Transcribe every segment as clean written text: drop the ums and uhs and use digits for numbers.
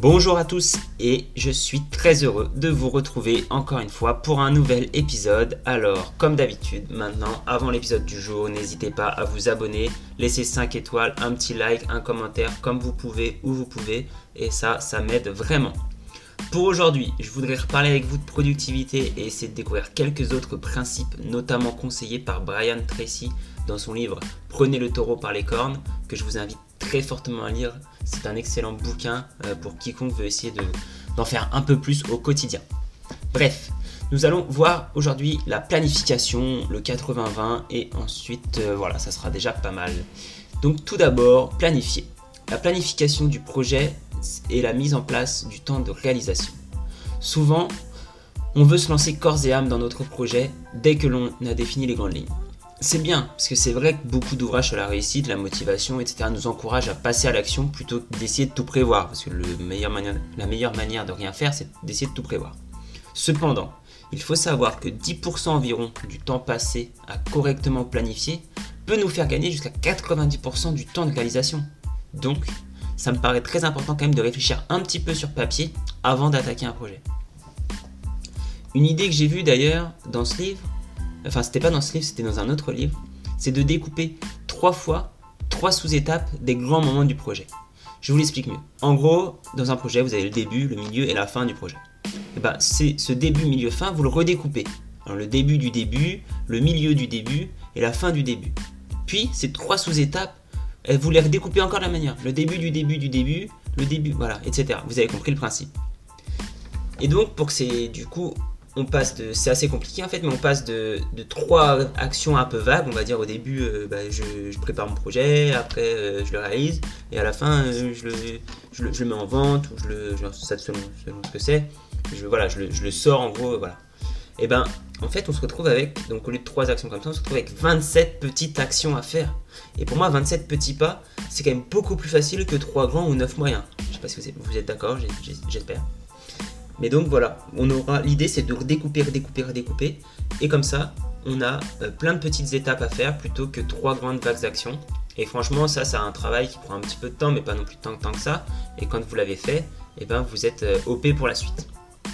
Bonjour à tous et je suis très heureux de vous retrouver encore une fois pour un nouvel épisode. Alors comme d'habitude maintenant, avant l'épisode du jour, n'hésitez pas à vous abonner, laisser 5 étoiles, un petit like, un commentaire comme vous pouvez, où vous pouvez et ça m'aide vraiment. Pour aujourd'hui, je voudrais reparler avec vous de productivité et essayer de découvrir quelques autres principes, notamment conseillés par Brian Tracy dans son livre « Prenez le taureau par les cornes » que je vous invite très fortement à lire. C'est un excellent bouquin pour quiconque veut essayer d'en faire un peu plus au quotidien. Bref, nous allons voir aujourd'hui la planification, le 80-20 et ensuite, voilà, ça sera déjà pas mal. Donc tout d'abord, planifier. La planification du projet et la mise en place du temps de réalisation. Souvent, on veut se lancer corps et âme dans notre projet dès que l'on a défini les grandes lignes. C'est bien, parce que c'est vrai que beaucoup d'ouvrages sur la réussite, la motivation, etc. nous encouragent à passer à l'action plutôt que d'essayer de tout prévoir, parce que la meilleure manière de rien faire, c'est d'essayer de tout prévoir. Cependant, il faut savoir que 10% environ du temps passé à correctement planifier peut nous faire gagner jusqu'à 90% du temps de réalisation. Donc, ça me paraît très important quand même de réfléchir un petit peu sur papier avant d'attaquer un projet. Une idée que j'ai vue d'ailleurs dans ce livre, enfin c'était pas dans ce livre, c'était dans un autre livre, c'est de découper 3 sous-étapes des grands moments du projet. Je vous l'explique mieux. En gros, dans un projet, vous avez le début, le milieu et la fin du projet. Et c'est ce début, milieu, fin, vous le redécoupez. Alors, le début du début, le milieu du début et la fin du début. Puis ces 3 sous-étapes, vous les redécoupez encore de la manière. Le début du début du début, le début, voilà, etc. Vous avez compris le principe. Et donc, pour que c'est du coup, c'est assez compliqué en fait, mais on passe de 3 actions un peu vagues. On va dire au début, je prépare mon projet, après je le réalise, et à la fin, je le mets en vente, ou ça selon ce que c'est. Je le sors en gros, voilà. Et en fait, on se retrouve avec, donc au lieu de 3 actions comme ça, on se retrouve avec 27 petites actions à faire. Et pour moi, 27 petits pas, c'est quand même beaucoup plus facile que 3 grands ou 9 moyens. Je sais pas si vous êtes d'accord, j'espère. Mais donc voilà, l'idée c'est de redécouper, et comme ça, on a plein de petites étapes à faire plutôt que 3 grandes vagues d'actions. Et franchement, ça a un travail qui prend un petit peu de temps, mais pas non plus tant que ça. Et quand vous l'avez fait, vous êtes OP pour la suite.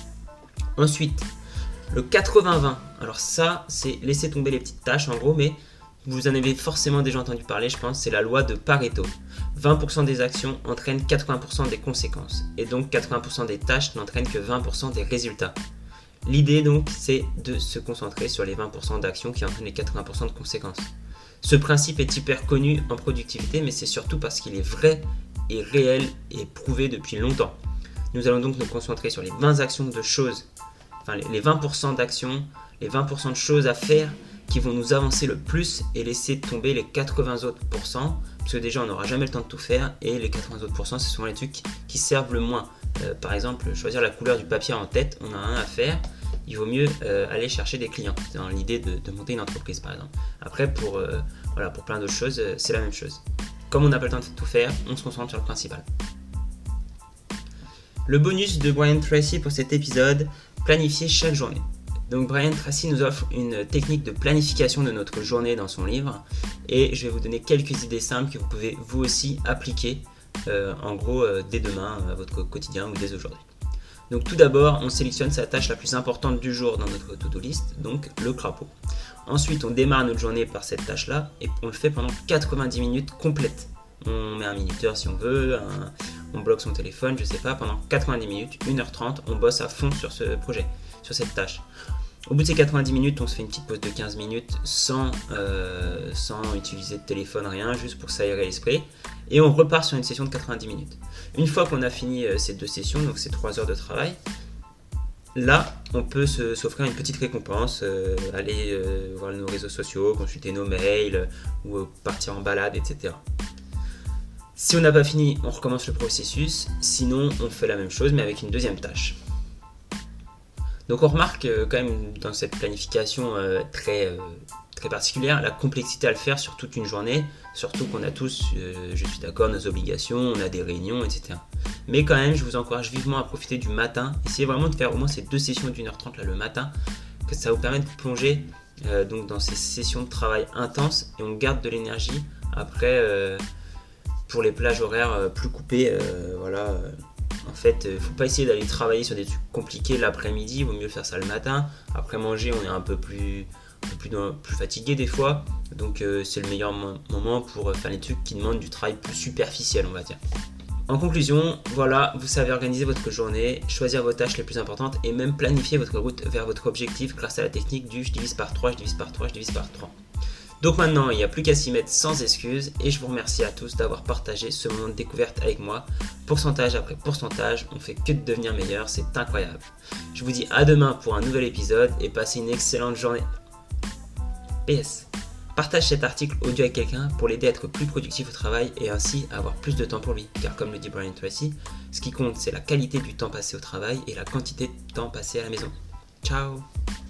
Ensuite, le 80-20, alors ça, c'est laisser tomber les petites tâches en gros, mais vous en avez forcément déjà entendu parler, je pense, c'est la loi de Pareto. 20% des actions entraînent 80% des conséquences, et donc 80% des tâches n'entraînent que 20% des résultats. L'idée donc, c'est de se concentrer sur les 20% d'actions qui entraînent les 80% de conséquences. Ce principe est hyper connu en productivité, mais c'est surtout parce qu'il est vrai et réel et prouvé depuis longtemps. Nous allons donc nous concentrer sur les 20 actions de choses, enfin les 20% d'actions, les 20% de choses à faire qui vont nous avancer le plus et laisser tomber les 80 autres pourcents, parce que déjà on n'aura jamais le temps de tout faire, et les 80 autres pourcents, c'est souvent les trucs qui servent le moins. Par exemple, choisir la couleur du papier en tête, on a rien à faire, il vaut mieux aller chercher des clients. C'est dans l'idée de monter une entreprise par exemple. Après pour plein d'autres choses, c'est la même chose. Comme on n'a pas le temps de tout faire, on se concentre sur le principal. Le bonus de Brian Tracy pour cet épisode, planifier chaque journée. Donc Brian Tracy nous offre une technique de planification de notre journée dans son livre, et je vais vous donner quelques idées simples que vous pouvez vous aussi appliquer en gros dès demain à votre quotidien ou dès aujourd'hui. Donc tout d'abord, on sélectionne sa tâche la plus importante du jour dans notre to-do list, donc le crapaud. Ensuite, on démarre notre journée par cette tâche-là et on le fait pendant 90 minutes complètes. On met un minuteur si on veut, on bloque son téléphone, je sais pas, pendant 90 minutes, 1h30, on bosse à fond sur ce projet, sur cette tâche. Au bout de ces 90 minutes, on se fait une petite pause de 15 minutes sans utiliser de téléphone, rien, juste pour s'aérer l'esprit. Et on repart sur une session de 90 minutes. Une fois qu'on a fini ces 2 sessions, donc ces 3 heures de travail, là, on peut s'offrir une petite récompense, aller voir nos réseaux sociaux, consulter nos mails, ou partir en balade, etc. Si on n'a pas fini, on recommence le processus, sinon on fait la même chose mais avec une deuxième tâche. Donc on remarque quand même dans cette planification très particulière la complexité à le faire sur toute une journée, surtout qu'on a tous, je suis d'accord, nos obligations, on a des réunions, etc. Mais quand même, je vous encourage vivement à profiter du matin, essayez vraiment de faire au moins ces 2 sessions d'1h30 là, le matin, que ça vous permet de plonger donc dans ces sessions de travail intenses et on garde de l'énergie après pour les plages horaires plus coupées, En fait, faut pas essayer d'aller travailler sur des trucs compliqués l'après-midi, il vaut mieux faire ça le matin. Après manger, on est un peu plus fatigué des fois, donc c'est le meilleur moment pour faire les trucs qui demandent du travail plus superficiel, on va dire. En conclusion, voilà, vous savez organiser votre journée, choisir vos tâches les plus importantes et même planifier votre route vers votre objectif grâce à la technique du je divise par 3, je divise par 3, je divise par 3. Donc maintenant, il n'y a plus qu'à s'y mettre sans excuse et je vous remercie à tous d'avoir partagé ce moment de découverte avec moi. Pourcentage après pourcentage, on fait que de devenir meilleur, c'est incroyable. Je vous dis à demain pour un nouvel épisode et passez une excellente journée. PS. Partage cet article audio avec quelqu'un pour l'aider à être plus productif au travail et ainsi avoir plus de temps pour lui. Car comme le dit Brian Tracy, ce qui compte c'est la qualité du temps passé au travail et la quantité de temps passé à la maison. Ciao!